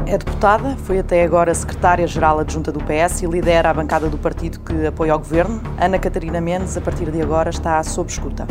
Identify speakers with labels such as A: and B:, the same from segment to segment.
A: É deputada, foi até agora secretária-geral adjunta do PS e lidera a bancada do partido que apoia o governo. Ana Catarina Mendes, a partir de agora, está sob escuta.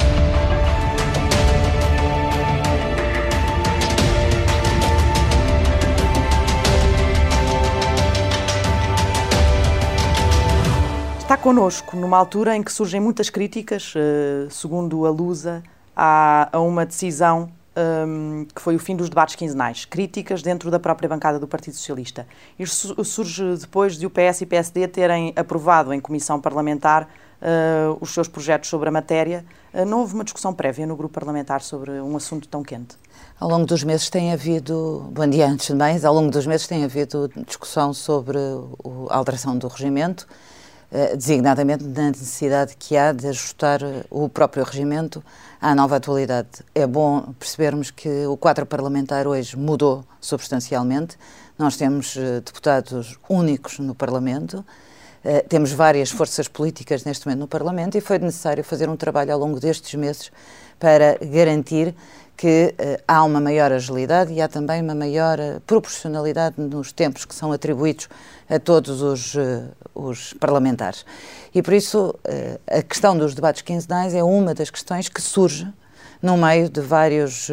A: Está connosco numa altura em que surgem muitas críticas, segundo a Lusa, a uma decisão que foi o fim dos debates quinzenais, críticas dentro da própria bancada do Partido Socialista. Isto surge depois de o PS e PSD terem aprovado em comissão parlamentar os seus projetos sobre a matéria. Não houve uma discussão prévia no grupo parlamentar sobre um assunto tão quente?
B: Ao longo dos meses tem havido, bom dia antes de mais, ao longo dos meses tem havido discussão sobre a alteração do regimento, designadamente na necessidade que há de ajustar o próprio regimento à nova atualidade. É bom percebermos que o quadro parlamentar hoje mudou substancialmente. Nós temos deputados únicos no Parlamento, temos várias forças políticas neste momento no Parlamento e foi necessário fazer um trabalho ao longo destes meses para garantir que há uma maior agilidade e há também uma maior proporcionalidade nos tempos que são atribuídos a todos os parlamentares. E por isso a questão dos debates quinzenais é uma das questões que surge no meio de vários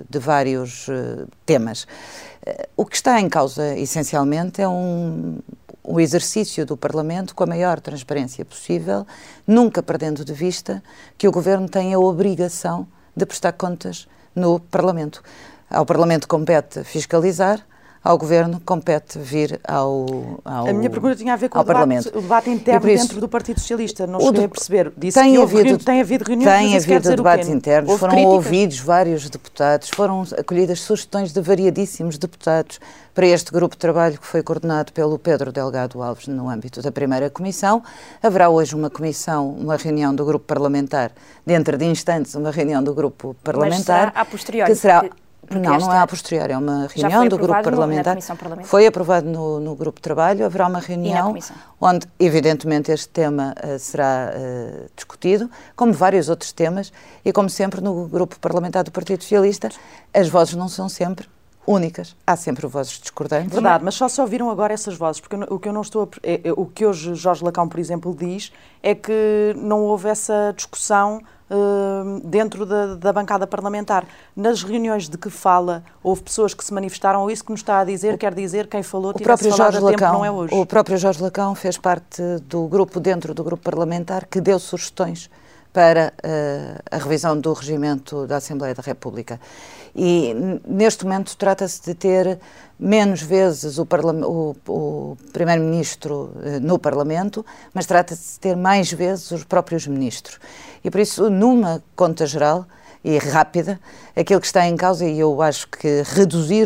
B: temas. O que está em causa, essencialmente, é o exercício do Parlamento com a maior transparência possível, nunca perdendo de vista que o Governo tem a obrigação de prestar contas no Parlamento. Ao Parlamento compete fiscalizar, ao Governo compete vir ao
A: A minha pergunta tinha a ver com o debate interno dentro do Partido Socialista. Não cheguei a perceber. Disse que tem havido reuniões,
B: tem havido debates internos, foram ouvidos vários deputados, foram acolhidas sugestões de variadíssimos deputados para este grupo de trabalho que foi coordenado pelo Pedro Delgado Alves no âmbito da primeira comissão. Haverá hoje uma reunião do grupo parlamentar, dentro de instantes uma reunião do grupo parlamentar.
C: Mas será a posteriori?
B: Que será... Não é a posteriori, é uma reunião do grupo parlamentar. Foi aprovado no grupo de trabalho, haverá uma reunião onde, evidentemente, este tema será discutido, como vários outros temas, e como sempre no grupo parlamentar do Partido Socialista, as vozes não são sempre únicas, há sempre vozes discordantes.
A: Verdade, mas só se ouviram agora essas vozes, porque o que eu não estou o que hoje Jorge Lacão, por exemplo, diz é que não houve essa discussão dentro da bancada parlamentar. Nas reuniões de que fala, houve pessoas que se manifestaram, ou isso que nos está a dizer, quer dizer, quem falou tivesse falado a tempo, não é hoje.
B: O próprio Jorge Lacão fez parte do grupo, dentro do grupo parlamentar, que deu sugestões para a revisão do regimento da Assembleia da República. E, neste momento, trata-se de ter menos vezes o Primeiro-Ministro no Parlamento, mas trata-se de ter mais vezes os próprios Ministros. E, por isso, numa conta geral e rápida, aquilo que está em causa, e eu acho que reduzir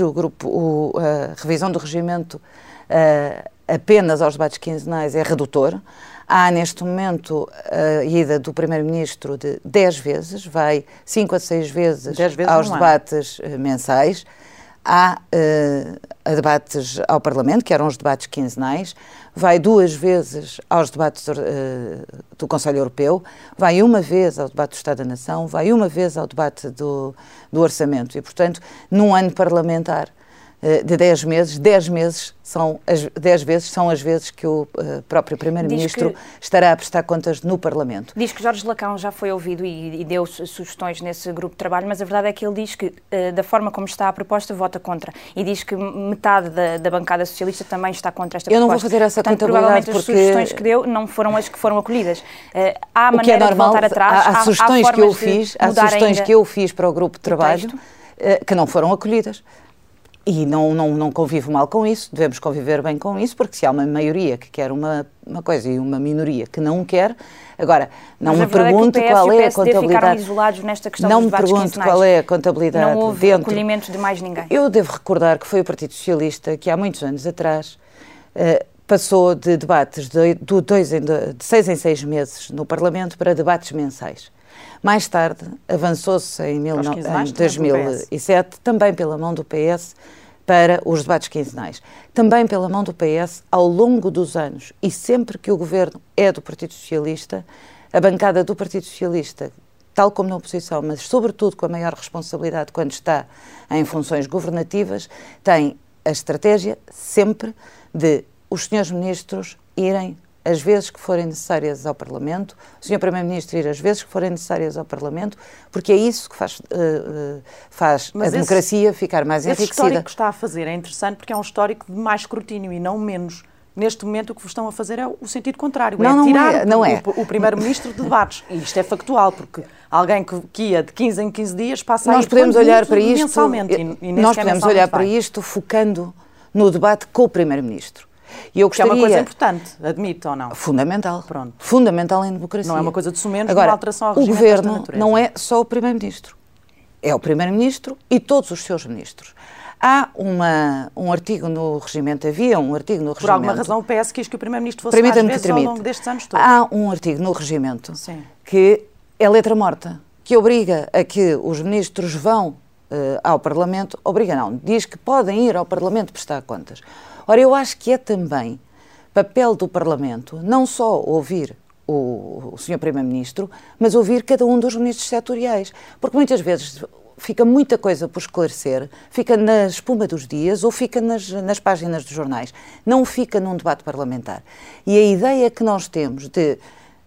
B: a revisão do regimento apenas aos debates quinzenais é redutor. Há, neste momento, a ida do Primeiro-Ministro de 10 vezes, vai 5 a 6 vezes aos debates mensais. Há debates ao Parlamento, que eram os debates quinzenais, vai 2 vezes aos debates do Conselho Europeu, vai 1 vez ao debate do Estado da Nação, vai 1 vez ao debate do Orçamento. E, portanto, num ano parlamentar de 10 meses, 10 vezes são as vezes que o próprio Primeiro-Ministro estará a prestar contas no Parlamento.
C: Diz que Jorge Lacão já foi ouvido e deu sugestões nesse grupo de trabalho, mas a verdade é que ele diz que, da forma como está a proposta, vota contra. E diz que metade da bancada socialista também está contra esta proposta.
B: Eu não vou fazer essa contabilidade
C: provavelmente as sugestões que deu não foram as que foram acolhidas. Há maneira de voltar atrás,
B: há sugestões que eu fiz para o grupo de trabalho que não foram acolhidas. E não convivo mal com isso, devemos conviver bem com isso, porque se há uma maioria que quer uma coisa e uma minoria que não quer, agora, não me pergunto qual é a contabilidade.
C: Isolados nesta questão
B: não me pergunto qual é a contabilidade.
C: Não houve acolhimento de mais ninguém.
B: Eu devo recordar que foi o Partido Socialista que há muitos anos atrás passou de debates de 6 em 6 meses no Parlamento para debates mensais. Mais tarde, avançou-se em 2007, também pela mão do PS, para os debates quinzenais. Também pela mão do PS, ao longo dos anos, e sempre que o governo é do Partido Socialista, a bancada do Partido Socialista, tal como na oposição, mas sobretudo com a maior responsabilidade quando está em funções governativas, tem a estratégia sempre de os senhores ministros irem as vezes que forem necessárias ao Parlamento, o Sr. Primeiro-Ministro ir as vezes que forem necessárias ao Parlamento, porque é isso que faz a democracia ficar mais enriquecida.
A: Esse histórico que está a fazer é interessante porque é um histórico de mais escrutínio e não menos. Neste momento o que vos estão a fazer é o sentido contrário, tirar o Primeiro-Ministro de debates. E isto é factual, porque alguém que ia de 15 em 15 dias passa a ir mensalmente.
B: Nós podemos olhar para isto focando no debate com o Primeiro-Ministro.
A: Que é uma coisa importante, admite ou não?
B: Fundamental.
A: Pronto.
B: Fundamental em democracia.
A: Não é uma coisa de sumenos,
B: agora,
A: uma alteração ao regime
B: o Governo
A: desta natureza.
B: não é só o Primeiro-Ministro. É o Primeiro-Ministro e todos os seus ministros. Há um artigo no regimento, havia um artigo no regimento...
A: Por alguma razão o PS quis que o Primeiro-Ministro fosse mais vezes ao longo destes anos todos.
B: Há um artigo no regimento
A: Sim.
B: que é letra morta, que obriga a que os ministros vão ao Parlamento, diz que podem ir ao Parlamento prestar contas. Ora, eu acho que é também papel do Parlamento não só ouvir o Sr. Primeiro-Ministro, mas ouvir cada um dos ministros setoriais, porque muitas vezes fica muita coisa por esclarecer, fica na espuma dos dias ou fica nas páginas dos jornais, não fica num debate parlamentar. E a ideia que nós temos de,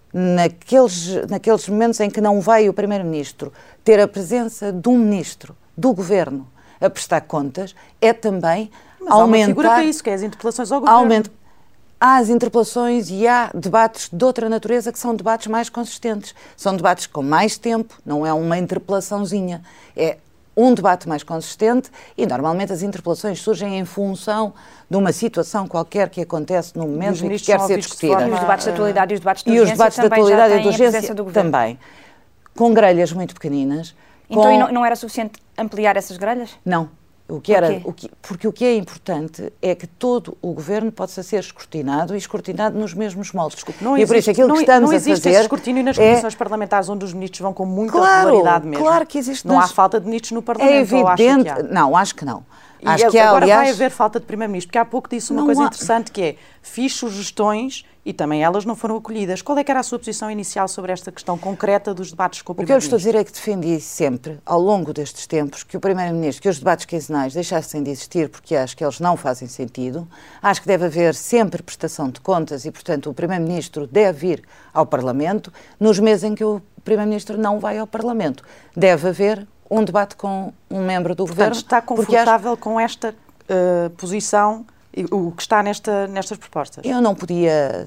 B: naqueles momentos em que não vai o Primeiro-Ministro, ter a presença de um ministro do Governo a prestar contas, é também
A: mas aumentar... Mas há uma figura para isso, que é as interpelações ao Governo.
B: Há as interpelações e há debates de outra natureza que são debates mais consistentes. São debates com mais tempo, não é uma interpelaçãozinha. É um debate mais consistente e, normalmente, as interpelações surgem em função de uma situação qualquer que acontece no momento e que quer ser discutida.
C: E os debates de atualidade e os debates de urgência também já têm a presença do Governo.
B: Também. Com grelhas muito pequeninas.
C: Então não era suficiente ampliar essas grelhas?
B: Não. Porque o que é importante é que todo o Governo possa ser escrutinado e escrutinado nos mesmos moldes. Desculpe,
A: não existe esse escrutínio nas comissões parlamentares onde os ministros vão com muita regularidade mesmo.
B: Claro que existe.
A: Não há falta de ministros no Parlamento.
B: É evidente. Não, acho que não. Acho que
A: agora vai haver falta de Primeiro-Ministro, porque há pouco disse uma coisa interessante que é, fiz sugestões e também elas não foram acolhidas. Qual é que era a sua posição inicial sobre esta questão concreta dos debates com o Primeiro-Ministro?
B: O que eu estou a dizer é que defendi sempre, ao longo destes tempos, que o Primeiro-Ministro, que os debates quinzenais deixassem de existir porque acho que eles não fazem sentido. Acho que deve haver sempre prestação de contas e, portanto, o Primeiro-Ministro deve ir ao Parlamento nos meses em que o Primeiro-Ministro não vai ao Parlamento. Deve haver um debate com um membro do Governo.
A: Está confortável com esta posição, o que está nestas propostas?
B: Eu não podia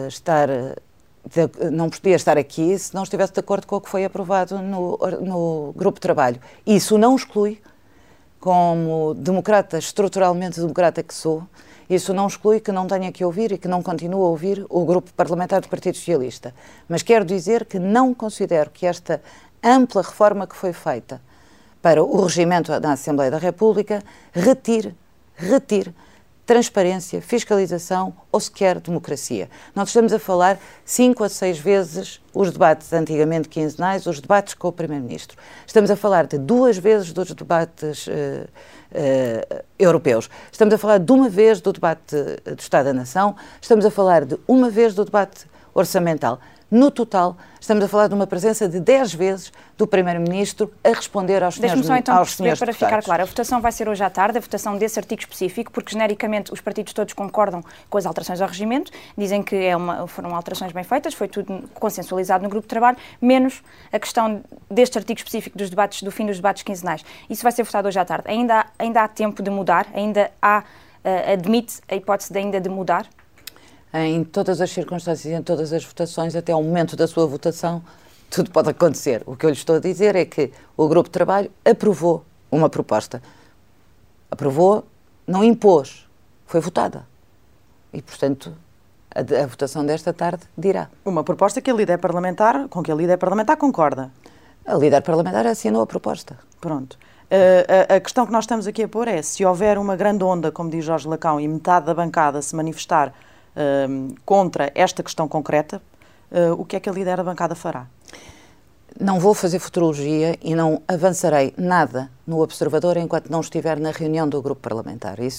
B: estar aqui se não estivesse de acordo com o que foi aprovado no grupo de trabalho. Isso não exclui, como democrata, estruturalmente democrata que sou, isso não exclui que não tenha que ouvir e que não continue a ouvir o grupo parlamentar do Partido Socialista. Mas quero dizer que não considero que esta ampla reforma que foi feita para o regimento da Assembleia da República retire transparência, fiscalização ou sequer democracia. Nós estamos a falar 5 a 6 vezes os debates antigamente quinzenais, os debates com o Primeiro-Ministro. Estamos a falar de 2 vezes dos debates europeus. Estamos a falar de 1 vez do debate do Estado da Nação. Estamos a falar de 1 vez do debate orçamental. No total, estamos a falar de uma presença de 10 vezes do Primeiro-Ministro a responder aos senhores deputados.
C: Deixe-me só então perceber, para ficar claro, a votação vai ser hoje à tarde, a votação desse artigo específico, porque genericamente os partidos todos concordam com as alterações ao regimento, dizem que foram alterações bem feitas, foi tudo consensualizado no grupo de trabalho, menos a questão deste artigo específico do fim dos debates quinzenais. Isso vai ser votado hoje à tarde. Ainda há tempo de mudar? Admite a hipótese de mudar?
B: Em todas as circunstâncias, em todas as votações, até ao momento da sua votação, tudo pode acontecer. O que eu lhe estou a dizer é que o grupo de trabalho aprovou uma proposta. Aprovou, não impôs, foi votada. E, portanto, a votação desta tarde dirá.
A: Uma proposta que com que a líder parlamentar concorda.
B: A líder parlamentar assinou a proposta.
A: Pronto. A questão que nós estamos aqui a pôr é, se houver uma grande onda, como diz Jorge Lacão, e metade da bancada se manifestar contra esta questão concreta, o que é que a líder da bancada fará?
B: Não vou fazer futurologia e não avançarei nada no Observador enquanto não estiver na reunião do grupo parlamentar. Isso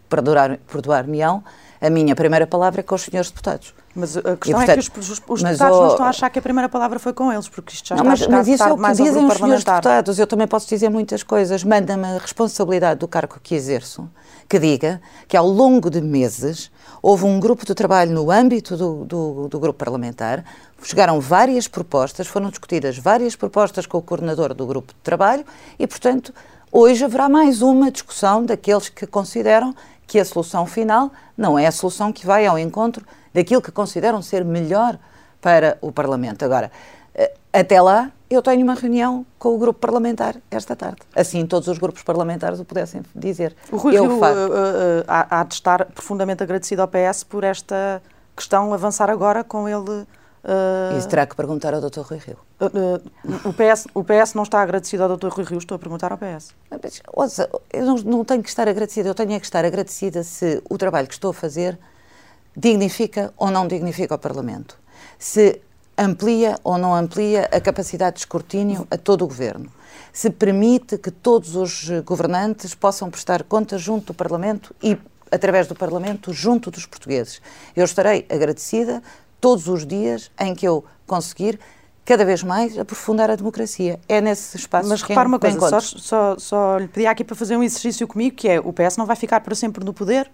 B: perdoar-me-ão, a minha primeira palavra é com os senhores deputados.
A: Mas a questão é que os deputados não estão a achar que a primeira palavra foi com eles, porque isto já está a chegar
B: mas isso é o que dizem os senhores deputados. Eu também posso dizer muitas coisas. Manda-me a responsabilidade do cargo que exerço, que diga que ao longo de meses houve um grupo de trabalho no âmbito do grupo parlamentar, chegaram várias propostas, foram discutidas várias propostas com o coordenador do grupo de trabalho e, portanto, hoje haverá mais uma discussão daqueles que consideram que a solução final não é a solução que vai ao encontro daquilo que consideram ser melhor para o Parlamento. Agora, até lá, eu tenho uma reunião com o grupo parlamentar esta tarde. Assim todos os grupos parlamentares o pudessem dizer.
A: O Rui Rio há de estar profundamente agradecido ao PS por esta questão avançar agora com ele.
B: Isso terá que perguntar ao Dr. Rui Rio.
A: O PS não está agradecido ao Dr. Rui Rio, estou a perguntar ao PS.
B: Mas, ouça, eu não tenho que estar agradecida, eu tenho que estar agradecida se o trabalho que estou a fazer dignifica ou não dignifica o Parlamento. Se amplia ou não amplia a capacidade de escrutínio a todo o Governo. Se permite que todos os governantes possam prestar contas junto do Parlamento e, através do Parlamento, junto dos portugueses. Eu estarei agradecida todos os dias em que eu conseguir cada vez mais aprofundar a democracia. É nesse espaço.
A: Mas repara uma coisa, só lhe pedi aqui para fazer um exercício comigo, que é, o PS não vai ficar para sempre no poder.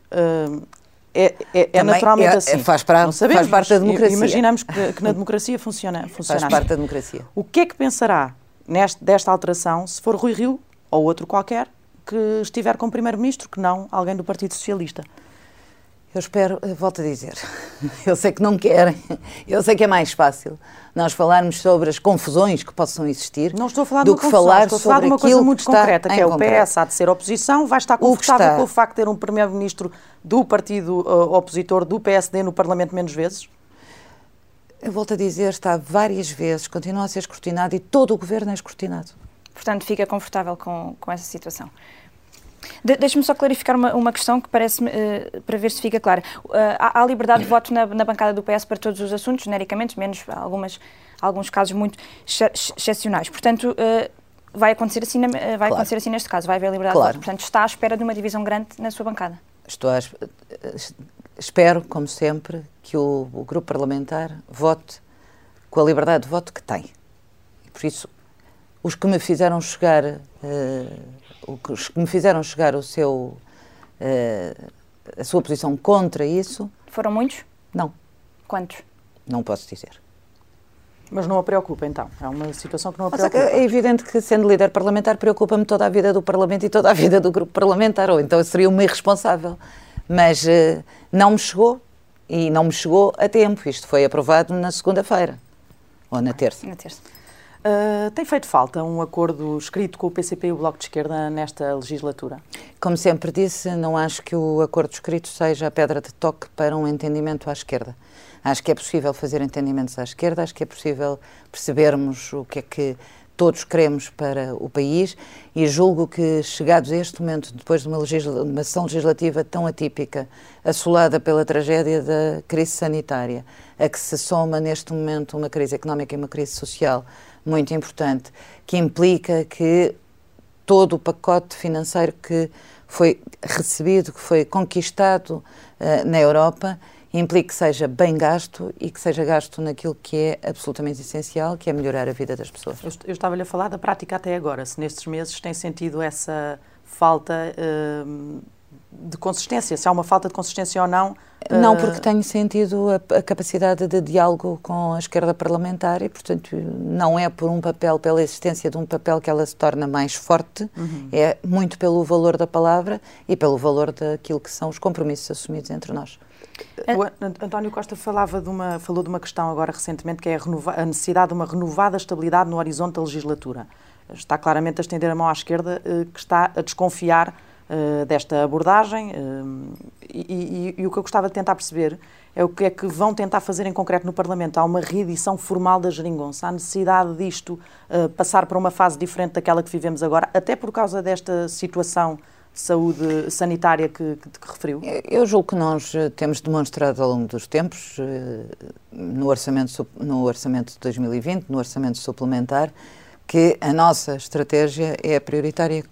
A: É naturalmente assim.
B: Faz parte da democracia.
A: Imaginamos que na democracia funciona
B: faz parte da democracia.
A: O que é que pensará desta alteração se for Rui Rio ou outro qualquer que estiver como Primeiro-Ministro, que não alguém do Partido Socialista?
B: Eu espero, volto a dizer, eu sei que não querem, eu sei que é mais fácil nós falarmos sobre as confusões que possam existir.
A: Não estou a falar de uma confusão, estou a falar de uma coisa muito concreta, que é o PS há de ser oposição, vai estar confortável com o facto de ter um Primeiro-Ministro do partido opositor do PSD no Parlamento menos vezes?
B: Eu volto a dizer, está várias vezes, continua a ser escrutinado e todo o Governo é escrutinado.
C: Portanto, fica confortável com essa situação. Deixe-me só clarificar uma questão que parece-me, para ver se fica clara. Há liberdade de voto na bancada do PS para todos os assuntos, genericamente, menos alguns casos muito excepcionais. Portanto, vai acontecer assim, acontecer assim neste caso, vai haver liberdade de voto. Portanto, está à espera de uma divisão grande na sua bancada.
B: Espero, como sempre, que o grupo parlamentar vote com a liberdade de voto que tem. E por isso, os que me fizeram chegar a sua posição contra isso...
C: Foram muitos?
B: Não.
C: Quantos?
B: Não posso dizer.
A: Mas não a preocupa, então? É uma situação que não a preocupa?
B: É evidente que, sendo líder parlamentar, preocupa-me toda a vida do Parlamento e toda a vida do grupo parlamentar, ou então eu seria uma irresponsável. Mas não me chegou, e não me chegou a tempo. Isto foi aprovado na segunda-feira, ou na terça.
C: Na terça.
A: Tem feito falta um acordo escrito com o PCP e o Bloco de Esquerda nesta legislatura?
B: Como sempre disse, não acho que o acordo escrito seja a pedra de toque para um entendimento à esquerda. Acho que é possível fazer entendimentos à esquerda, acho que é possível percebermos o que é que todos queremos para o país e julgo que, chegados a este momento, depois de uma sessão legislativa tão atípica, assolada pela tragédia da crise sanitária, a que se soma neste momento uma crise económica e uma crise social muito importante, que implica que todo o pacote financeiro que foi recebido, que foi conquistado na Europa, implique que seja bem gasto e que seja gasto naquilo que é absolutamente essencial, que é melhorar a vida das pessoas.
A: Eu estava-lhe a falar da prática até agora, se nestes meses tem sentido essa falta de consistência, se há uma falta de consistência ou não.
B: Não, porque tenho sentido a capacidade de diálogo com a esquerda parlamentar e, portanto, não é por um papel, pela existência de um papel que ela se torna mais forte, é muito pelo valor da palavra e pelo valor daquilo que são os compromissos assumidos entre nós.
A: O António Costa falou de uma questão agora recentemente, que é a necessidade de uma renovada estabilidade no horizonte da legislatura. Está claramente a estender a mão à esquerda, que está a desconfiar desta abordagem e o que eu gostava de tentar perceber é o que é que vão tentar fazer em concreto no Parlamento. Há uma reedição formal da geringonça, há necessidade disto passar para uma fase diferente daquela que vivemos agora, até por causa desta situação de saúde sanitária que referiu?
B: Eu julgo que nós temos demonstrado ao longo dos tempos, no orçamento de 2020, no orçamento suplementar, que a nossa estratégia é prioritária com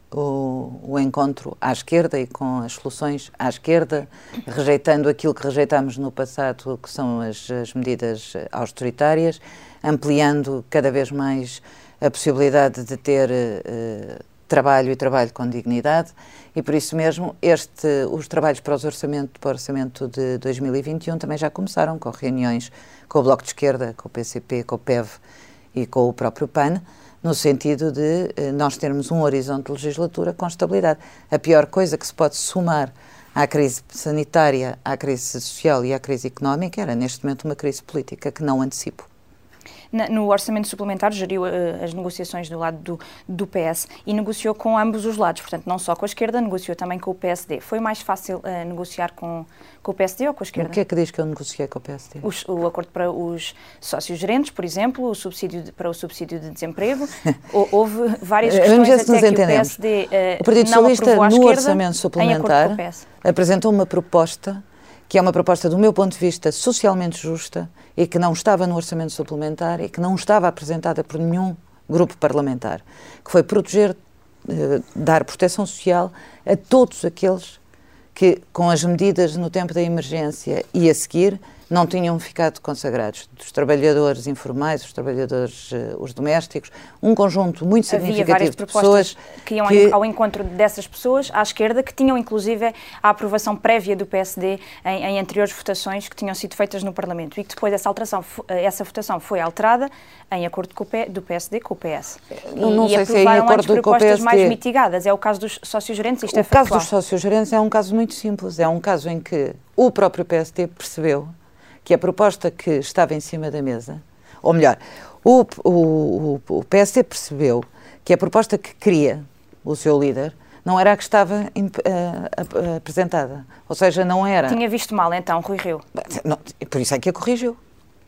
B: o encontro à esquerda e com as soluções à esquerda, rejeitando aquilo que rejeitámos no passado, que são as medidas austeritárias, ampliando cada vez mais a possibilidade de ter trabalho e trabalho com dignidade, e por isso mesmo os trabalhos para o orçamento de 2021 também já começaram, com reuniões com o Bloco de Esquerda, com o PCP, com o PEV e com o próprio PAN, no sentido de nós termos um horizonte de legislatura com estabilidade. A pior coisa que se pode somar à crise sanitária, à crise social e à crise económica era, neste momento, uma crise política que não antecipo.
C: No orçamento suplementar geriu as negociações do lado do PS e negociou com ambos os lados, portanto não só com a esquerda, negociou também com o PSD. Foi mais fácil negociar com o PSD ou com a esquerda?
B: O que é que diz que eu negociei com o PSD?
C: O acordo para os sócios gerentes, por exemplo, para o subsídio de desemprego. Houve várias questões até que o PSD
B: o Partido Socialista, no orçamento suplementar, apresentou uma proposta que é uma proposta, do meu ponto de vista, socialmente justa e que não estava no orçamento suplementar e que não estava apresentada por nenhum grupo parlamentar, que foi proteger, dar proteção social a todos aqueles que, com as medidas no tempo da emergência e a seguir, não tinham ficado consagrados, dos trabalhadores informais, os trabalhadores, os domésticos, um conjunto muito significativo de pessoas
C: que iam ao encontro dessas pessoas, à esquerda, que tinham inclusive a aprovação prévia do PSD em anteriores votações que tinham sido feitas no Parlamento e que depois essa votação foi alterada em acordo do PSD com o PS.
B: Não sei se é em acordo com o
C: propostas
B: PSD.
C: mais mitigadas. É o caso dos sócios-gerentes, isto é
B: factual. O caso dos sócios-gerentes é um caso muito simples, é um caso em que o próprio PSD percebeu que a proposta que estava em cima da mesa, ou melhor, o PSD percebeu que a proposta que queria o seu líder não era a que estava apresentada. Ou seja, não era...
C: Tinha visto mal, então, Rui Rio.
B: Não, por isso é que a corrigiu.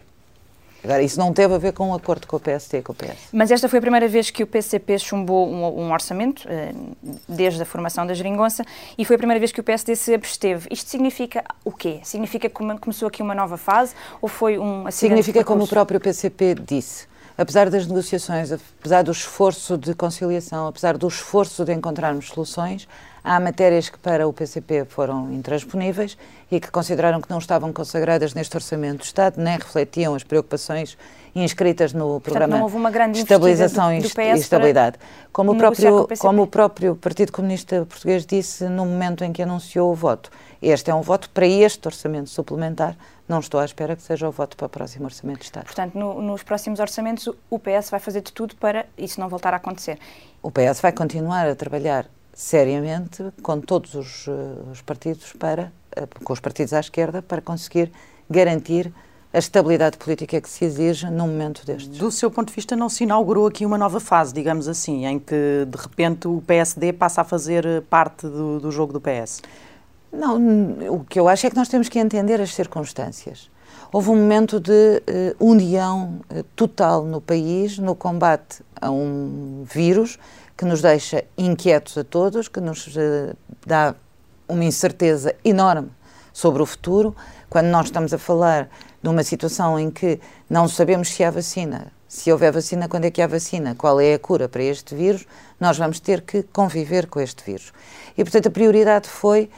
B: Agora, isso não teve a ver com um acordo com o PSD e com o PS.
C: Mas esta foi a primeira vez que o PCP chumbou um orçamento, desde a formação da geringonça, e foi a primeira vez que o PSD se absteve. Isto significa o quê? Significa que começou aqui uma nova fase ou foi um acidente?
B: Significa, como o próprio PCP disse, apesar das negociações, apesar do esforço de conciliação, apesar do esforço de encontrarmos soluções, há matérias que para o PCP foram intransponíveis e que consideraram que não estavam consagradas neste Orçamento do Estado, nem refletiam as preocupações inscritas no programa
C: não houve uma grande
B: de Estabilização e Estabilidade. Como o próprio Partido Comunista Português disse no momento em que anunciou o voto. Este é um voto para este Orçamento Suplementar. Não estou à espera que seja o voto para o próximo Orçamento de Estado.
C: Portanto, nos próximos orçamentos, o PS vai fazer de tudo para isso não voltar a acontecer.
B: O PS vai continuar a trabalhar seriamente com todos os partidos com os partidos à esquerda para conseguir garantir a estabilidade política que se exige num momento destes.
A: Do seu ponto de vista, não se inaugurou aqui uma nova fase, digamos assim, em que de repente o PSD passa a fazer parte do jogo do PS?
B: Não, o que eu acho é que nós temos que entender as circunstâncias. Houve um momento de união total no país no combate a um vírus que nos deixa inquietos a todos, que nos dá uma incerteza enorme sobre o futuro, quando nós estamos a falar de uma situação em que não sabemos se há vacina, se houver vacina, quando é que há vacina, qual é a cura para este vírus, nós vamos ter que conviver com este vírus. E, portanto, a prioridade foi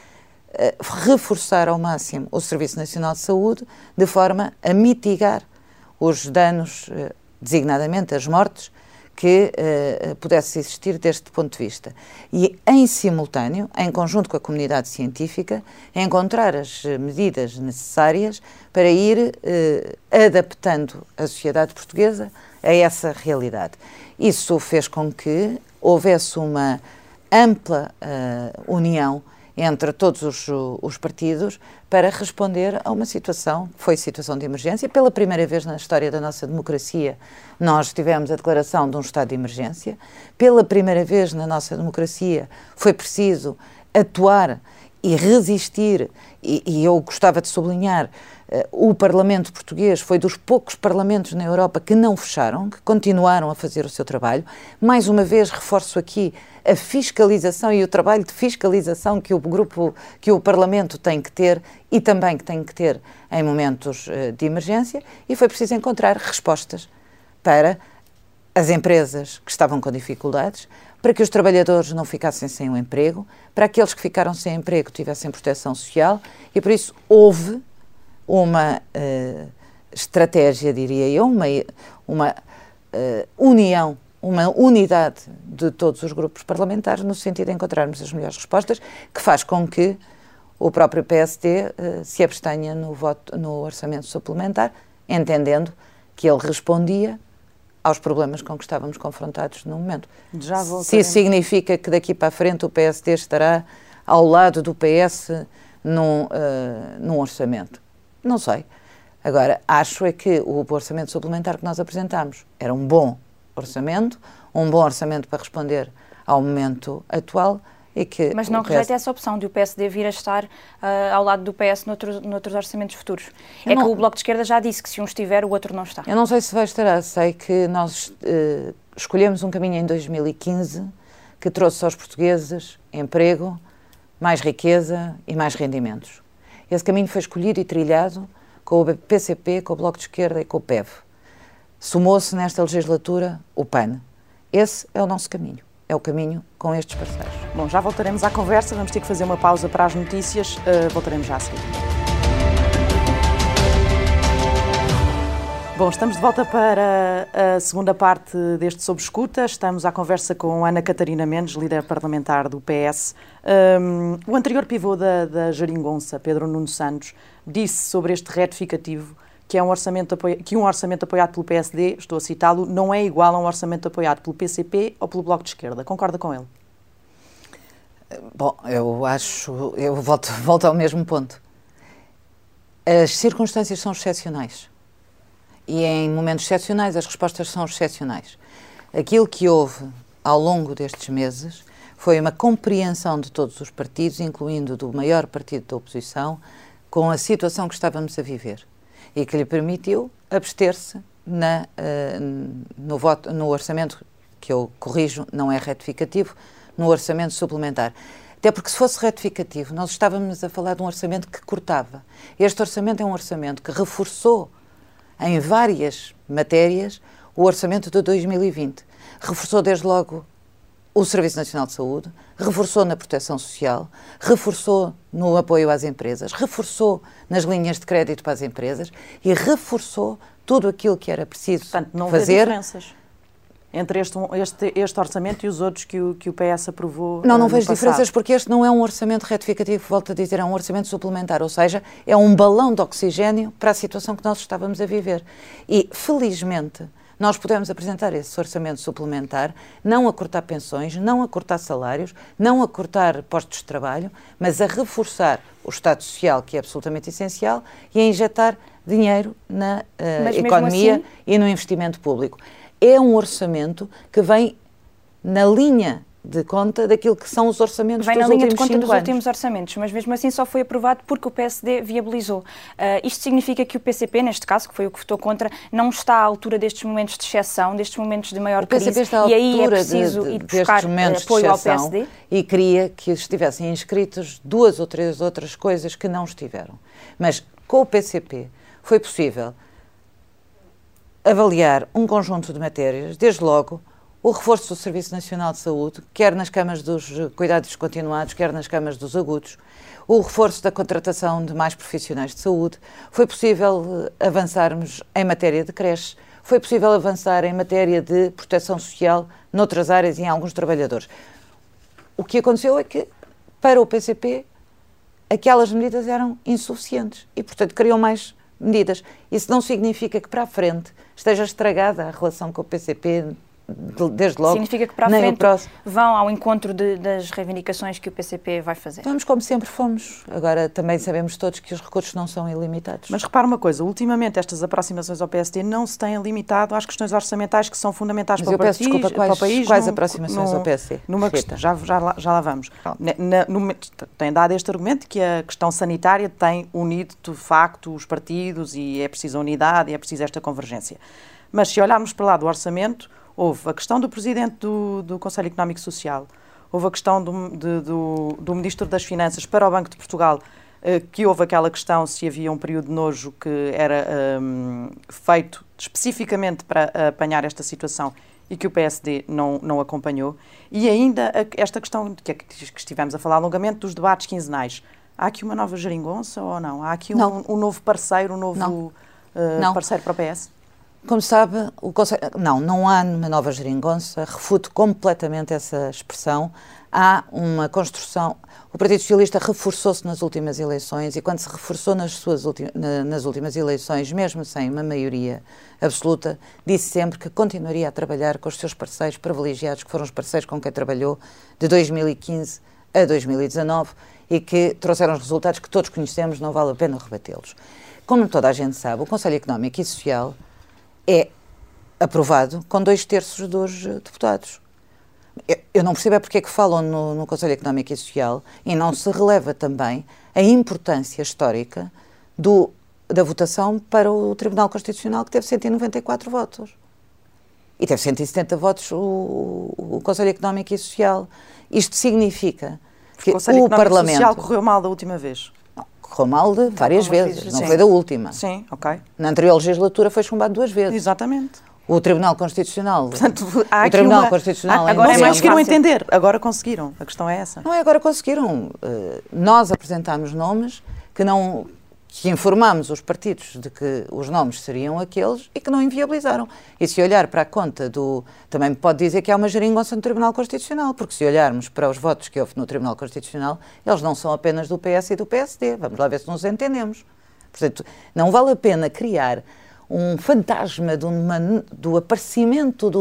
B: reforçar ao máximo o Serviço Nacional de Saúde, de forma a mitigar os danos, designadamente as mortes, que pudesse existir deste ponto de vista. E, em simultâneo, em conjunto com a comunidade científica, encontrar as medidas necessárias para ir adaptando a sociedade portuguesa a essa realidade. Isso fez com que houvesse uma ampla união entre todos os partidos para responder a uma situação, que foi situação de emergência. Pela primeira vez na história da nossa democracia, nós tivemos a declaração de um estado de emergência. Pela primeira vez na nossa democracia foi preciso atuar e resistir, e eu gostava de sublinhar, o Parlamento português foi dos poucos parlamentos na Europa que não fecharam, que continuaram a fazer o seu trabalho. Mais uma vez, reforço aqui a fiscalização e o trabalho de fiscalização que o Parlamento tem que ter e também que tem que ter em momentos de emergência, e foi preciso encontrar respostas para as empresas que estavam com dificuldades, para que os trabalhadores não ficassem sem um emprego, para aqueles que ficaram sem emprego tivessem proteção social, e por isso houve uma estratégia, diria eu, uma união, uma unidade de todos os grupos parlamentares no sentido de encontrarmos as melhores respostas, que faz com que o próprio PSD se abstenha no voto no orçamento suplementar, entendendo que ele respondia aos problemas com que estávamos confrontados no momento. Se isso significa que daqui para a frente o PSD estará ao lado do PS num orçamento, não sei. Agora, acho é que o orçamento suplementar que nós apresentámos era um bom orçamento para responder ao momento atual.
C: Mas não rejeita essa opção de o PSD vir a estar ao lado do PS noutros orçamentos futuros. Que o Bloco de Esquerda já disse que se um estiver, o outro não está.
B: Eu não sei se vai estar. Sei que nós escolhemos um caminho em 2015 que trouxe aos portugueses emprego, mais riqueza e mais rendimentos. Esse caminho foi escolhido e trilhado com o PCP, com o Bloco de Esquerda e com o PEV. Somou-se nesta legislatura o PAN. Esse é o nosso caminho. É o caminho com estes parceiros.
A: Bom, já voltaremos à conversa, vamos ter que fazer uma pausa para as notícias, voltaremos já a seguir. Bom, estamos de volta para a segunda parte deste Sob Escuta. Estamos à conversa com Ana Catarina Mendes, líder parlamentar do PS. O anterior pivô da Geringonça, Pedro Nuno Santos, disse sobre este retificativo que um orçamento apoiado pelo PSD, estou a citá-lo, não é igual a um orçamento apoiado pelo PCP ou pelo Bloco de Esquerda. Concorda com ele?
B: Bom, eu volto ao mesmo ponto. As circunstâncias são excepcionais. E em momentos excepcionais as respostas são excepcionais. Aquilo que houve ao longo destes meses foi uma compreensão de todos os partidos, incluindo do maior partido da oposição, com a situação que estávamos a viver. E que lhe permitiu abster-se no orçamento, que eu corrijo, não é retificativo, no orçamento suplementar. Até porque se fosse retificativo, nós estávamos a falar de um orçamento que cortava. Este orçamento é um orçamento que reforçou em várias matérias o orçamento de 2020. Reforçou desde logo o Serviço Nacional de Saúde, reforçou na proteção social, reforçou no apoio às empresas, reforçou nas linhas de crédito para as empresas e reforçou tudo aquilo que era preciso fazer.
A: Portanto, não vê diferenças entre este orçamento e os outros que o PS aprovou.
B: Não vejo diferenças porque este não é um orçamento retificativo, volto a dizer, é um orçamento suplementar, ou seja, é um balão de oxigénio para a situação que nós estávamos a viver. E, felizmente, nós podemos apresentar esse orçamento suplementar, não a cortar pensões, não a cortar salários, não a cortar postos de trabalho, mas a reforçar o Estado Social, que é absolutamente essencial, e a injetar dinheiro na economia assim, e no investimento público. É um orçamento que vem na linha de conta daquilo que são os orçamentos dos últimos 5 anos.
C: Vem na linha de conta dos últimos orçamentos, mas mesmo assim só foi aprovado porque o PSD viabilizou. Isto significa que o PCP, neste caso, que foi o que votou contra, não está à altura destes momentos de exceção, destes momentos de maior crise,
B: e aí é preciso ir buscar apoio ao PSD. E queria que estivessem inscritas 2 ou 3 outras coisas que não estiveram. Mas com o PCP foi possível avaliar um conjunto de matérias, desde logo o reforço do Serviço Nacional de Saúde, quer nas camas dos cuidados continuados, quer nas camas dos agudos, o reforço da contratação de mais profissionais de saúde. Foi possível avançarmos em matéria de creches, foi possível avançar em matéria de proteção social noutras áreas e em alguns trabalhadores. O que aconteceu é que, para o PCP, aquelas medidas eram insuficientes e, portanto, queriam mais medidas. Isso não significa que para a frente esteja estragada a relação com o PCP, desde logo.
C: Significa que para a frente vão ao encontro das reivindicações que o PCP vai fazer.
B: Vamos como sempre fomos. Agora também sabemos todos que os recursos não são ilimitados.
A: Mas repara uma coisa, ultimamente estas aproximações ao PSD não se têm limitado às questões orçamentais que são fundamentais para o país.
B: Quais aproximações ao PSD?
A: Já lá vamos. Tem dado este argumento que a questão sanitária tem unido de facto os partidos e é preciso a unidade e é preciso esta convergência. Mas se olharmos para lá do orçamento, houve a questão do Presidente do Conselho Económico e Social, houve a questão do Ministro das Finanças para o Banco de Portugal, que houve aquela questão se havia um período de nojo que era feito especificamente para apanhar esta situação e que o PSD não acompanhou. E ainda esta questão que estivemos a falar longamente dos debates quinzenais. Há aqui uma nova geringonça ou não? Há aqui um novo parceiro, parceiro para o PS?
B: Como sabe, não há uma nova geringonça, refuto completamente essa expressão. Há uma construção. O Partido Socialista reforçou-se nas últimas eleições e, quando se reforçou nas últimas eleições, mesmo sem uma maioria absoluta, disse sempre que continuaria a trabalhar com os seus parceiros privilegiados, que foram os parceiros com quem trabalhou de 2015 a 2019 e que trouxeram os resultados que todos conhecemos, não vale a pena rebatê-los. Como toda a gente sabe, o Conselho Económico e Social é aprovado com 2/3 dos deputados. Eu não percebo porque é que falam no Conselho Económico e Social e não se releva também a importância histórica da votação para o Tribunal Constitucional, que teve 194 votos. E teve 170 votos o Conselho Económico e Social. Isto significa que o Parlamento...
A: Social correu mal da última vez.
B: Não, correu mal de várias vezes, não foi da última.
A: Sim, ok.
B: Na anterior legislatura foi chumbado 2 vezes.
A: Exatamente.
B: O Tribunal Constitucional...
A: Portanto,
B: o Tribunal Constitucional...
A: Agora não conseguiram entender, agora conseguiram. A questão é essa.
B: Não é agora conseguiram. Nós apresentámos nomes que informámos os partidos de que os nomes seriam aqueles e que não inviabilizaram. E se olhar para a conta também me pode dizer que há uma geringonça no Tribunal Constitucional, porque se olharmos para os votos que houve no Tribunal Constitucional, eles não são apenas do PS e do PSD. Vamos lá ver se nos entendemos. Portanto, não vale a pena criar um fantasma do aparecimento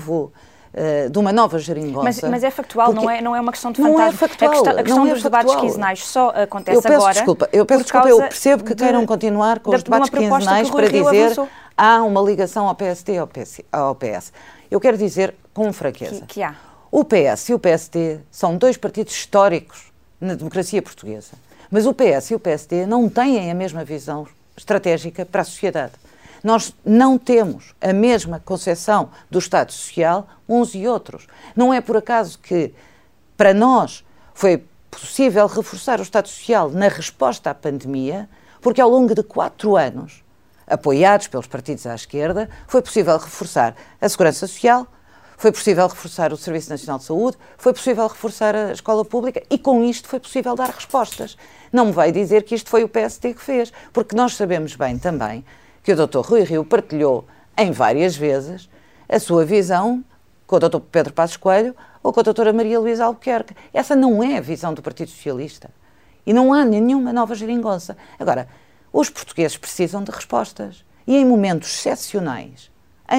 B: de uma nova geringonça.
C: Mas é factual, não é uma questão de fantasma.
B: Não é factual.
C: A questão dos debates quinzenais só acontece agora.
B: Eu percebo que queiram continuar com os debates quinzenais para dizer há uma ligação ao PSD e ao PS. Eu quero dizer com franqueza.
C: Que há.
B: O PS e o PSD são 2 partidos históricos na democracia portuguesa. Mas o PS e o PSD não têm a mesma visão estratégica para a sociedade. Nós não temos a mesma concepção do Estado Social uns e outros. Não é por acaso que, para nós, foi possível reforçar o Estado Social na resposta à pandemia, porque ao longo de 4 anos, apoiados pelos partidos à esquerda, foi possível reforçar a Segurança Social, foi possível reforçar o Serviço Nacional de Saúde, foi possível reforçar a escola pública e, com isto, foi possível dar respostas. Não me vai dizer que isto foi o PSD que fez, porque nós sabemos bem também que o Dr. Rui Rio partilhou em várias vezes a sua visão com o Dr. Pedro Passos Coelho ou com a Dra. Maria Luísa Albuquerque. Essa não é a visão do Partido Socialista. E não há nenhuma nova geringonça. Agora, os portugueses precisam de respostas. E em momentos excepcionais,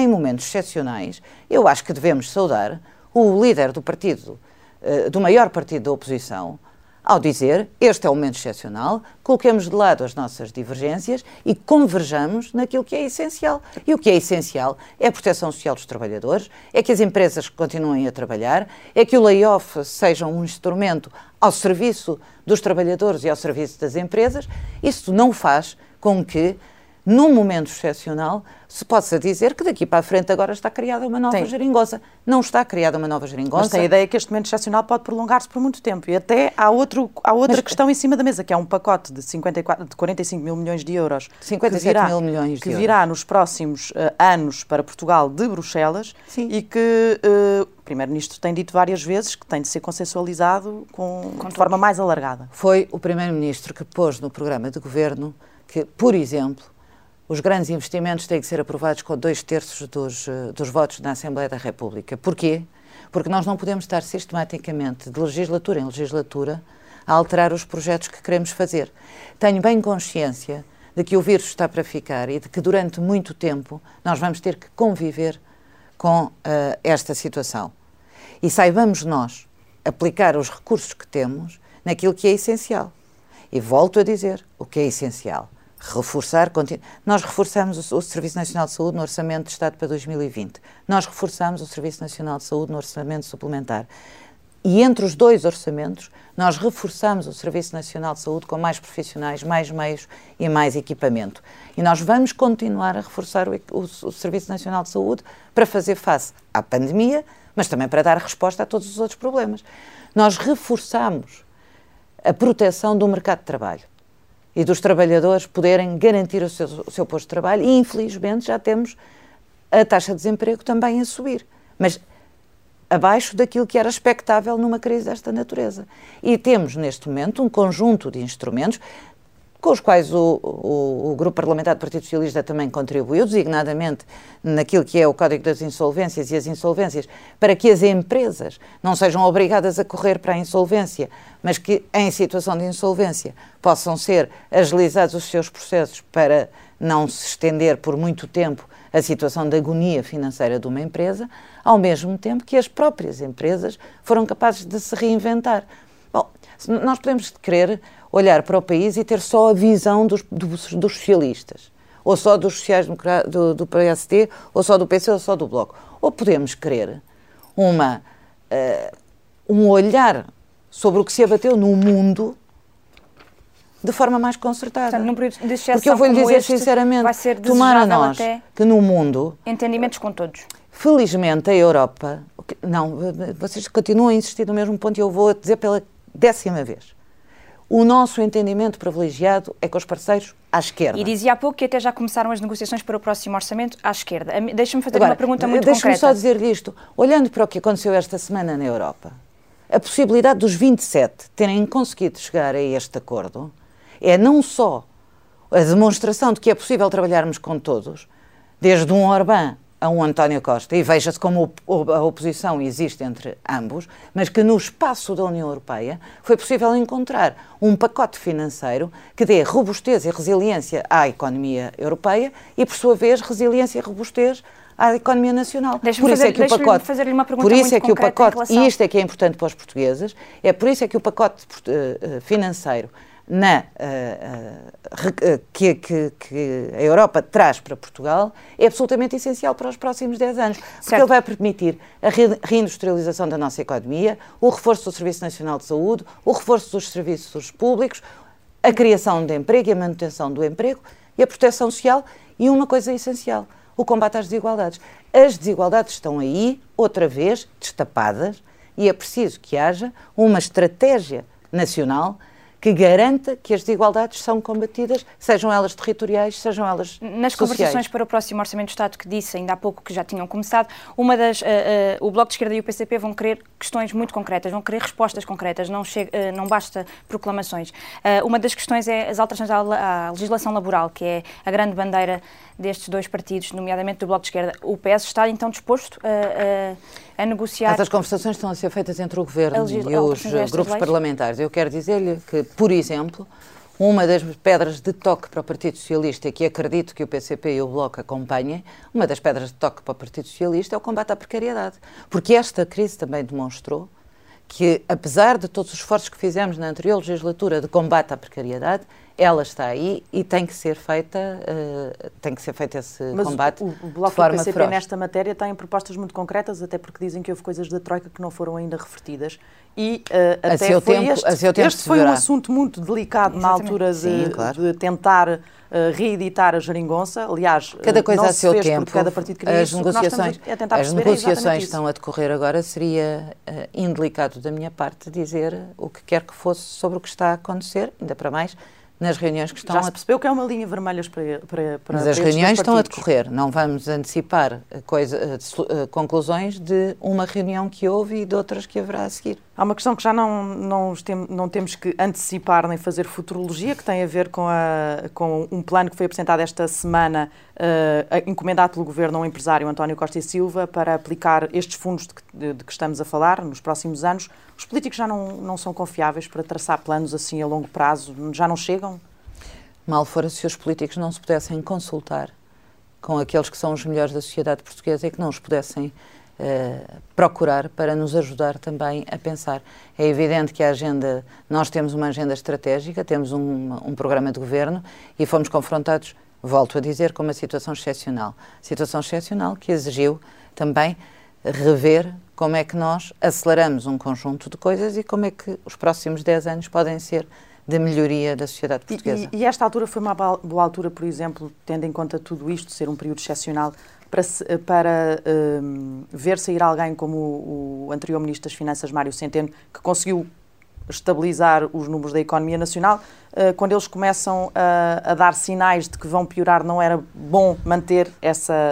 B: eu acho que devemos saudar o líder do maior partido da oposição, ao dizer, este é um momento excepcional, coloquemos de lado as nossas divergências e converjamos naquilo que é essencial. E o que é essencial é a proteção social dos trabalhadores, é que as empresas continuem a trabalhar, é que o layoff seja um instrumento ao serviço dos trabalhadores e ao serviço das empresas. Isso não faz com que, num momento excepcional, se possa dizer que daqui para a frente agora está criada uma nova geringonça. Não está criada uma nova geringonça.
A: Mas tem a ideia que este momento excepcional pode prolongar-se por muito tempo. E até há outra questão em cima da mesa, que é um pacote de 45 mil milhões de euros
B: 57 mil milhões de euros.
A: Virá nos próximos anos para Portugal de Bruxelas. Sim. E que o Primeiro-Ministro tem dito várias vezes que tem de ser consensualizado de forma mais alargada.
B: Foi o Primeiro-Ministro que pôs no programa de governo que, por exemplo, os grandes investimentos têm que ser aprovados com 2/3 dos votos na Assembleia da República. Porquê? Porque nós não podemos estar sistematicamente, de legislatura em legislatura, a alterar os projetos que queremos fazer. Tenho bem consciência de que o vírus está para ficar e de que durante muito tempo nós vamos ter que conviver com esta situação. E saibamos nós aplicar os recursos que temos naquilo que é essencial. E volto a dizer, o que é essencial? Nós reforçamos o Serviço Nacional de Saúde no Orçamento de Estado para 2020. Nós reforçamos o Serviço Nacional de Saúde no Orçamento Suplementar. E entre os 2 orçamentos, nós reforçamos o Serviço Nacional de Saúde com mais profissionais, mais meios e mais equipamento. E nós vamos continuar a reforçar o Serviço Nacional de Saúde para fazer face à pandemia, mas também para dar resposta a todos os outros problemas. Nós reforçamos a proteção do mercado de trabalho e dos trabalhadores poderem garantir o seu posto de trabalho e, infelizmente, já temos a taxa de desemprego também a subir. mas abaixo daquilo que era expectável numa crise desta natureza. E temos, neste momento, um conjunto de instrumentos com os quais o Grupo Parlamentar do Partido Socialista também contribuiu, designadamente naquilo que é o Código das Insolvências e as insolvências, para que as empresas não sejam obrigadas a correr para a insolvência, mas que, em situação de insolvência, possam ser agilizados os seus processos para não se estender por muito tempo a situação de agonia financeira de uma empresa, ao mesmo tempo que as próprias empresas foram capazes de se reinventar. Bom, nós podemos querer olhar para o país e ter só a visão dos socialistas, ou só dos sociais-democratas, do PSD, ou só do PC, ou só do Bloco. Ou podemos querer um olhar sobre o que se abateu no mundo de forma mais concertada.
C: Portanto, num período de exceção,
B: porque eu vou-lhe dizer sinceramente,
C: vai ser
B: tomara nós que no mundo...
C: entendimentos com todos.
B: Felizmente a Europa... Não, vocês continuam a insistir no mesmo ponto e eu vou dizer pela 10ª vez. O nosso entendimento privilegiado é com os parceiros à esquerda.
C: E dizia há pouco que até já começaram as negociações para o próximo orçamento à esquerda. Deixa-me fazer uma pergunta muito concreta.
B: Deixa-me só dizer-lhe isto. Olhando para o que aconteceu esta semana na Europa, a possibilidade dos 27 terem conseguido chegar a este acordo é não só a demonstração de que é possível trabalharmos com todos, desde um Orbán a um António Costa, e veja-se como a oposição existe entre ambos, mas que no espaço da União Europeia foi possível encontrar um pacote financeiro que dê robustez e resiliência à economia europeia e, por sua vez, resiliência e robustez à economia nacional.
C: Por isso é que o pacote, fazer-lhe uma pergunta muito concreta
B: e isto é que é importante para os portugueses, por isso é que o pacote financeiro que a Europa traz para Portugal é absolutamente essencial para os próximos 10 anos, porque ele vai permitir a reindustrialização da nossa economia, o reforço do Serviço Nacional de Saúde, o reforço dos serviços públicos, a criação de emprego e a manutenção do emprego e a proteção social e uma coisa essencial, o combate às desigualdades. As desigualdades estão aí, outra vez, destapadas, e é preciso que haja uma estratégia nacional que garanta que as desigualdades são combatidas, sejam elas territoriais, sejam elas sociais.
C: Nas conversações para o próximo Orçamento de Estado, que disse ainda há pouco que já tinham começado, o Bloco de Esquerda e o PCP vão querer questões muito concretas, vão querer respostas concretas, não basta proclamações. Uma das questões é as alterações à legislação laboral, que é a grande bandeira destes dois partidos, nomeadamente do Bloco de Esquerda. O PS está então disposto a negociar...
B: Essas conversações estão a ser feitas entre o Governo e os grupos parlamentares. Eu quero dizer-lhe que, por exemplo, uma das pedras de toque para o Partido Socialista, que acredito que o PCP e o Bloco acompanhem, uma das pedras de toque para o Partido Socialista é o combate à precariedade. Porque esta crise também demonstrou que, apesar de todos os esforços que fizemos na anterior legislatura de combate à precariedade, ela está aí e tem que ser feita esse combate.
A: Mas o Bloco e o PCP nesta matéria têm propostas muito concretas, até porque dizem que houve coisas da Troika que não foram ainda revertidas. E este foi um assunto muito delicado. Exatamente. Na altura de tentar reeditar a geringonça. Aliás,
B: cada coisa
A: não
B: a seu tempo.
A: Cada partido queria
B: as negociações estão a decorrer agora. Seria indelicado da minha parte dizer o que quer que fosse sobre o que está a acontecer, ainda para mais nas reuniões que estão
A: Já se percebeu que é uma linha vermelha para
B: Mas as reuniões estão a decorrer. Não vamos antecipar conclusões de uma reunião que houve e de outras que haverá a seguir.
A: Há uma questão que já não temos que antecipar nem fazer futurologia, que tem a ver com um plano que foi apresentado esta semana, encomendado pelo Governo ao empresário António Costa e Silva, para aplicar estes fundos de que estamos a falar nos próximos anos. Os políticos já não são confiáveis para traçar planos assim a longo prazo? Já não chegam?
B: Mal fora se os políticos não se pudessem consultar com aqueles que são os melhores da sociedade portuguesa e que não os pudessem procurar para nos ajudar também a pensar. É evidente que nós temos uma agenda estratégica, temos um programa de governo e fomos confrontados, volto a dizer, com uma situação excepcional. Situação excepcional que exigiu também rever como é que nós aceleramos um conjunto de coisas e como é que os próximos 10 anos podem ser de melhoria da sociedade portuguesa.
A: E esta altura foi uma boa altura, por exemplo, tendo em conta tudo isto, ser um período excepcional, para ver sair alguém como o anterior Ministro das Finanças, Mário Centeno, que conseguiu estabilizar os números da economia nacional. Quando eles começam a dar sinais de que vão piorar, não era bom manter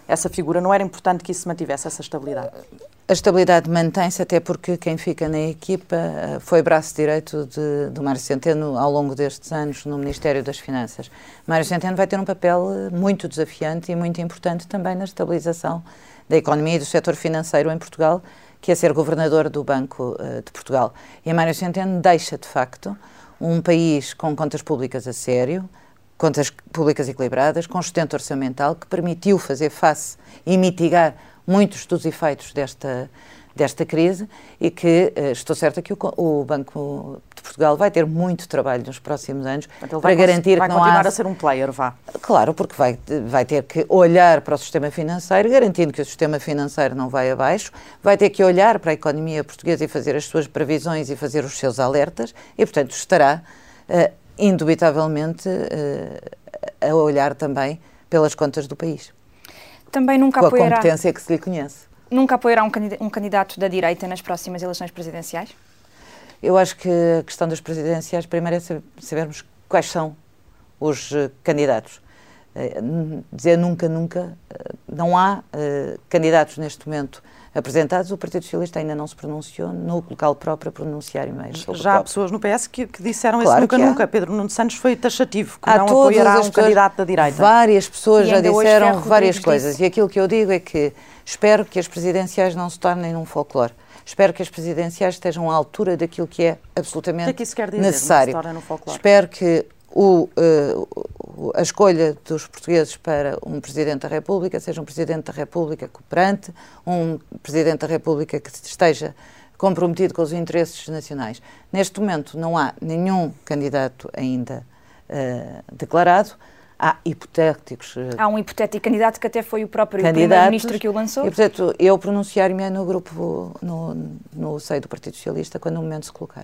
A: essa figura, não era importante que isso se mantivesse, essa estabilidade?
B: A estabilidade mantém-se, até porque quem fica na equipa foi braço direito do Mário Centeno ao longo destes anos no Ministério das Finanças. Mário Centeno vai ter um papel muito desafiante e muito importante também na estabilização da economia e do setor financeiro em Portugal, que é ser governador do Banco de Portugal. E a Mário Centeno deixa, de facto, um país com contas públicas a sério, contas públicas equilibradas, com sustento orçamental, que permitiu fazer face e mitigar muitos dos efeitos desta crise e que estou certa que o Banco de Portugal vai ter muito trabalho nos próximos anos para garantir que não há...
A: Vai continuar a ser um player, vá.
B: Claro, porque vai ter que olhar para o sistema financeiro, garantindo que o sistema financeiro não vai abaixo, vai ter que olhar para a economia portuguesa e fazer as suas previsões e fazer os seus alertas e, portanto, estará indubitavelmente a olhar também pelas contas do país.
C: Também nunca
B: com
C: apoiará...
B: a competência que se lhe conhece.
C: Nunca apoiará um candidato da direita nas próximas eleições presidenciais?
B: Eu acho que a questão das presidenciais, primeiro é sabermos quais são os candidatos. Dizer nunca, não há candidatos neste momento apresentados. O Partido Socialista ainda não se pronunciou no local próprio a pronunciar e-mails.
A: Já há pessoas no PS que disseram claro isso nunca. Pedro Nuno Santos foi taxativo, que não
B: todas
A: apoiará um candidato da direita.
B: Várias pessoas já disseram várias coisas. E aquilo que eu digo é que espero que as presidenciais não se tornem num folclore. Espero que as presidenciais estejam à altura daquilo que é absolutamente
A: que isso quer dizer,
B: necessário.
A: Não se torna num folclore?
B: Espero que a escolha dos portugueses para um Presidente da República seja um Presidente da República cooperante, um Presidente da República que esteja comprometido com os interesses nacionais. Neste momento não há nenhum candidato ainda declarado. Há hipotéticos...
C: Há um hipotético candidato que até foi o próprio Primeiro-Ministro que o lançou.
B: E, portanto, eu pronunciar-me no grupo, no seio do Partido Socialista, quando o momento se colocar.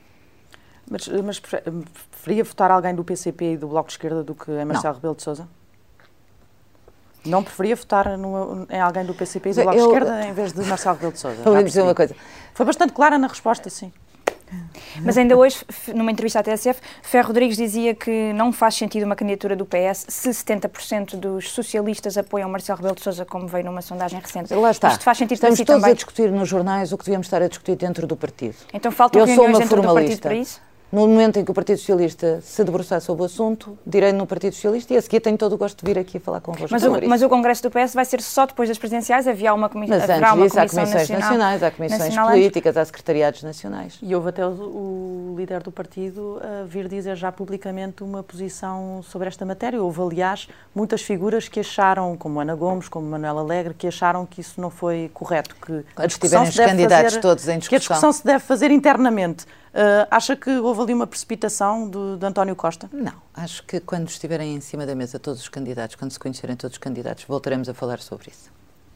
A: Mas preferia votar alguém do PCP e do Bloco de Esquerda do que em Marcelo Rebelo de Sousa? Não preferia votar em alguém do PCP e do Bloco de Esquerda em vez de Marcelo Rebelo de Sousa?
B: Vou dizer uma coisa.
A: Foi bastante clara na resposta, sim.
C: Mas ainda hoje, numa entrevista à TSF, Ferro Rodrigues dizia que não faz sentido uma candidatura do PS se 70% dos socialistas apoiam Marcelo Rebelo de Sousa, como veio numa sondagem recente.
B: Lá está.
C: Isto faz sentido
B: Estamos
C: para si
B: todos
C: também?
B: a discutir nos jornais o que devíamos estar a discutir dentro do partido.
C: Então faltam reuniões dentro do partido para isso?
B: No momento em que o Partido Socialista se debruçar sobre o assunto, direi no Partido Socialista e a seguir tenho todo o gosto de vir aqui falar convosco.
C: Mas o Congresso do PS vai ser só depois das presidenciais? Haverá uma comissão nacional?
B: Mas antes disso há comissões nacionais, há comissões políticas, há secretariados nacionais.
A: E houve até o líder do partido a vir dizer já publicamente uma posição sobre esta matéria. Houve, aliás, muitas figuras que acharam, como Ana Gomes, como Manuel Alegre, que acharam que isso não foi correto. Que
B: quando estiverem os candidatos todos em discussão.
A: Que a discussão se deve fazer internamente. Acha que houve ali uma precipitação de António Costa?
B: Não, acho que quando estiverem em cima da mesa todos os candidatos, quando se conhecerem todos os candidatos, voltaremos a falar sobre isso.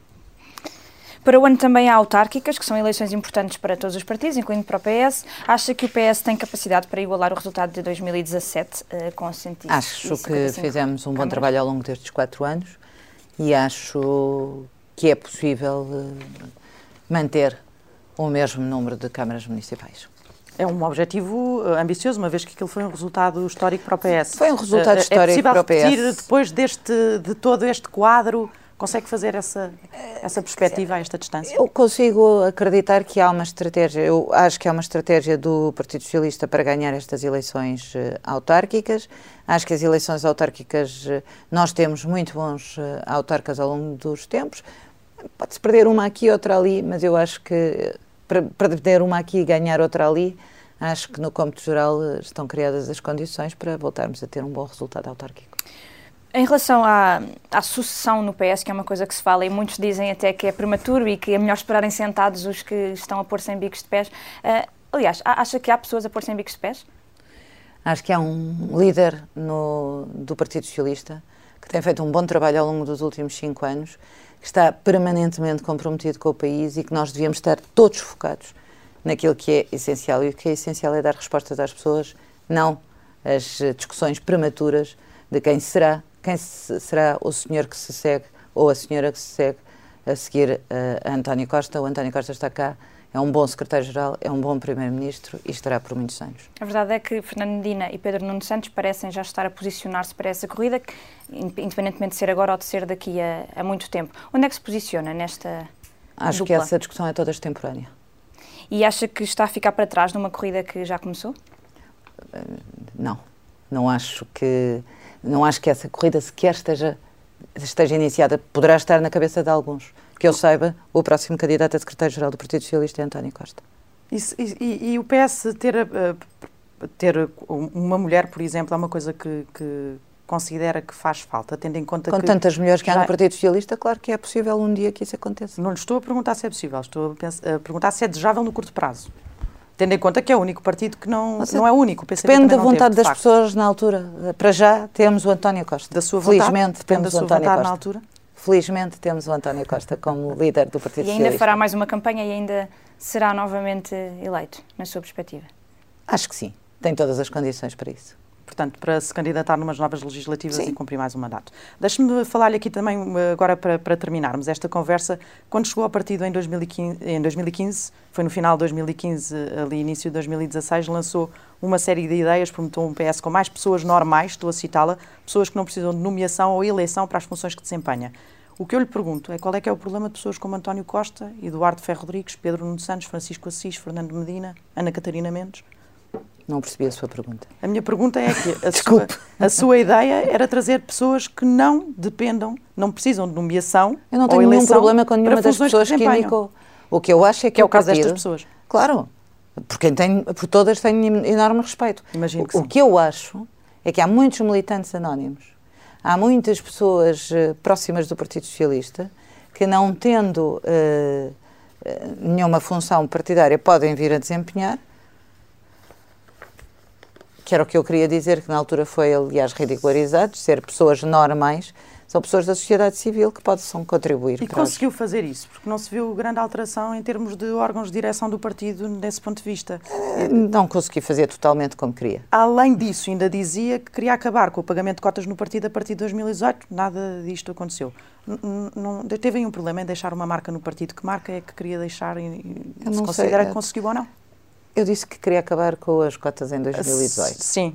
C: Para o ano também há autárquicas, que são eleições importantes para todos os partidos, incluindo para o PS. Acha que o PS tem capacidade para igualar o resultado de 2017 com 155
B: Acho que fizemos um bom trabalho ao longo destes 4 anos e acho que é possível manter o mesmo número de câmaras municipais.
A: É um objetivo ambicioso, uma vez que aquilo foi um resultado histórico para o PS.
B: Foi um resultado histórico para o PS. É possível
A: repetir, depois de todo este quadro, consegue fazer essa perspectiva a esta distância?
B: Eu consigo acreditar que há uma estratégia, eu acho que há uma estratégia do Partido Socialista para ganhar estas eleições autárquicas. Acho que as eleições autárquicas, nós temos muito bons autarcas ao longo dos tempos. Pode-se perder uma aqui, outra ali, mas eu acho que para perder uma aqui e ganhar outra ali, acho que no cômputo geral estão criadas as condições para voltarmos a ter um bom resultado autárquico.
C: Em relação à sucessão no PS, que é uma coisa que se fala e muitos dizem até que é prematuro e que é melhor esperarem sentados os que estão a pôr-se em bicos de pés. Aliás, acha que há pessoas a pôr-se em bicos de pés?
B: Acho que há um líder do Partido Socialista que tem feito um bom trabalho ao longo dos últimos 5 anos, que está permanentemente comprometido com o país e que nós devíamos estar todos focados naquilo que é essencial. E o que é essencial é dar respostas às pessoas, não as discussões prematuras de quem será o senhor que se segue ou a senhora que se segue a seguir a António Costa. O António Costa está cá é um bom secretário-geral, é um bom primeiro-ministro e estará por muitos anos.
C: A verdade é que Fernando Medina e Pedro Nuno Santos parecem já estar a posicionar-se para essa corrida, independentemente de ser agora ou de ser daqui a muito tempo. Onde é que se posiciona nesta
B: Acho
C: dupla?
B: que essa discussão é toda extemporânea.
C: E acha que está a ficar para trás numa corrida que já começou?
B: Não. Não acho que essa corrida sequer esteja iniciada. Poderá estar na cabeça de alguns. Que eu saiba, o próximo candidato a secretário-geral do Partido Socialista é António Costa.
A: E o PS ter uma mulher, por exemplo, é uma coisa que considera que faz falta, tendo em conta
B: que... Com tantas mulheres que há no Partido Socialista, claro que é possível um dia que isso aconteça.
A: Não lhe estou a perguntar se é possível, estou a perguntar se é desejável no curto prazo. Tendo em conta que é o único partido que não é o único. O PCP
B: depende da vontade das pessoas na altura. Para já temos o António Costa.
A: Da sua vontade?
B: Felizmente temos o António Costa.
A: Na altura?
B: Felizmente temos o António Costa como líder do Partido Socialista.
C: E ainda fará mais uma campanha e ainda será novamente eleito, na sua perspectiva?
B: Acho que sim. Tem todas as condições para isso.
A: Portanto, para se candidatar numas novas legislativas
B: Sim.
A: E cumprir mais um mandato. Deixe-me falar-lhe aqui também, agora para terminarmos esta conversa, quando chegou ao partido em 2015, foi no final de 2015, ali início de 2016, lançou uma série de ideias, prometeu um PS com mais pessoas normais, estou a citá-la, pessoas que não precisam de nomeação ou eleição para as funções que desempenha. O que eu lhe pergunto é qual é que é o problema de pessoas como António Costa, Eduardo Ferro Rodrigues, Pedro Nuno Santos, Francisco Assis, Fernando Medina, Ana Catarina Mendes?
B: Não percebi a sua pergunta.
A: A minha pergunta é que a sua ideia era trazer pessoas que não dependam, não precisam de nomeação.
B: Eu não tenho nenhum problema com nenhuma das pessoas que indicou. O que eu acho é que
A: é o caso destas pessoas.
B: Claro, por todas tenho enorme respeito.
A: Imagino que
B: o que eu acho é que há muitos militantes anónimos, há muitas pessoas próximas do Partido Socialista que, não tendo nenhuma função partidária, podem vir a desempenhar. Que era o que eu queria dizer, que na altura foi, aliás, ridicularizado, ser pessoas normais, são pessoas da sociedade civil que possam contribuir.
A: E conseguiu fazer isso? Porque não se viu grande alteração em termos de órgãos de direção do partido desse ponto de vista.
B: Não consegui fazer totalmente como queria.
A: Além disso, ainda dizia que queria acabar com o pagamento de cotas no partido a partir de 2018. Nada disto aconteceu. Teve aí um problema em deixar uma marca no partido. Que marca é que queria deixar? Se considera que conseguiu ou não?
B: Eu disse que queria acabar com as cotas em 2018.
A: Sim.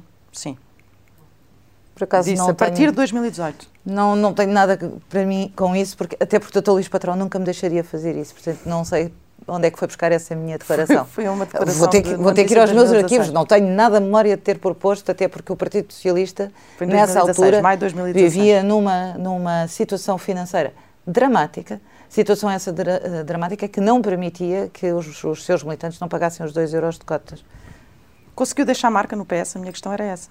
B: Por acaso
A: disse
B: não
A: a partir de 2018.
B: Não tenho nada para mim com isso, até porque o Dr. Luís Patrão nunca me deixaria fazer isso. Portanto, não sei onde é que foi buscar essa minha declaração.
A: Foi uma declaração.
B: Vou ter que ir aos meus arquivos. Não tenho nada de memória de ter proposto, até porque o Partido Socialista, nessa altura,
A: maio de 2016.
B: vivia numa situação financeira dramática. Situação essa dramática que não permitia que os seus militantes não pagassem os 2 euros de cotas.
A: Conseguiu deixar marca no PS? A minha questão era essa.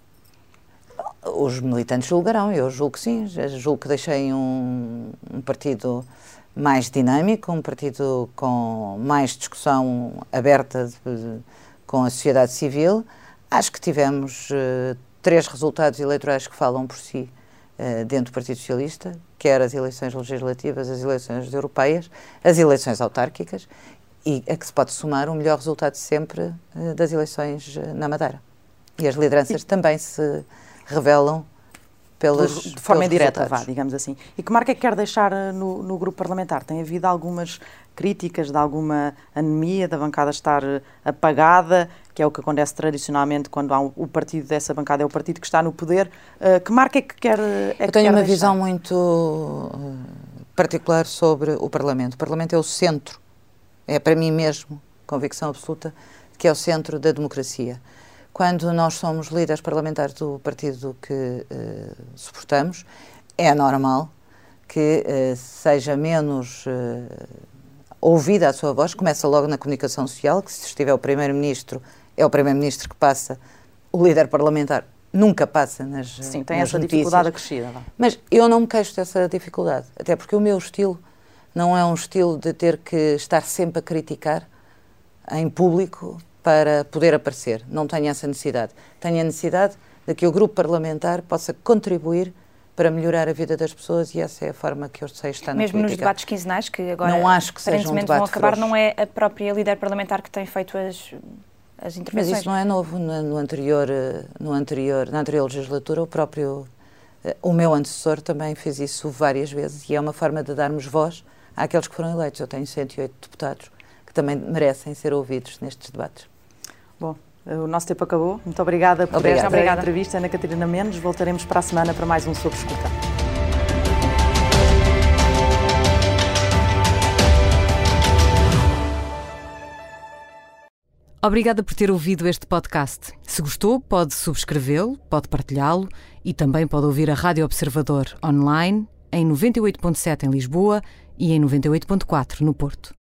B: Os militantes julgarão, eu julgo que sim. Julgo que deixei um partido mais dinâmico, um partido com mais discussão aberta com a sociedade civil. Acho que tivemos 3 resultados eleitorais que falam por si dentro do Partido Socialista, quer as eleições legislativas, as eleições europeias, as eleições autárquicas, e a que se pode somar o melhor resultado sempre das eleições na Madeira. E as lideranças também se revelam de
A: forma indireta, digamos assim. E que marca é que quer deixar no grupo parlamentar? Tem havido algumas críticas de alguma anemia da bancada estar apagada, que é o que acontece tradicionalmente quando há o partido dessa bancada, é o partido que está no poder. Que marca é que quer
B: Eu tenho uma visão muito particular sobre o Parlamento. O Parlamento é o centro, é para mim mesmo, convicção absoluta, que é o centro da democracia. Quando nós somos líderes parlamentares do partido que suportamos, é normal que seja menos ouvida a sua voz. Começa logo na comunicação social, que se estiver o Primeiro-Ministro, é o Primeiro-Ministro que passa, o líder parlamentar nunca passa nas notícias.
A: Sim, tem essa dificuldade acrescida.
B: Mas eu não me queixo dessa dificuldade, até porque o meu estilo não é um estilo de ter que estar sempre a criticar em público para poder aparecer. Não tenho essa necessidade. Tenho a necessidade de que o grupo parlamentar possa contribuir para melhorar a vida das pessoas, e essa é a forma que eu sei estar na política.
C: Mesmo nos debates quinzenais, que agora
B: não acho que seja um debate
C: vão acabar,
B: frouxo.
C: Não é a própria líder parlamentar que tem feito as intervenções.
B: Mas isso não é novo. Na anterior legislatura, o meu antecessor também fez isso várias vezes, e é uma forma de darmos voz àqueles que foram eleitos. Eu tenho 108 deputados que que também merecem ser ouvidos nestes debates.
A: Bom, o nosso tempo acabou. Muito obrigada por esta entrevista, Ana Catarina Mendes. Voltaremos para a semana para mais um Sob Escuta.
D: Obrigada por ter ouvido este podcast. Se gostou, pode subscrevê-lo, pode partilhá-lo e também pode ouvir a Rádio Observador online em 98.7 em Lisboa e em 98.4 no Porto.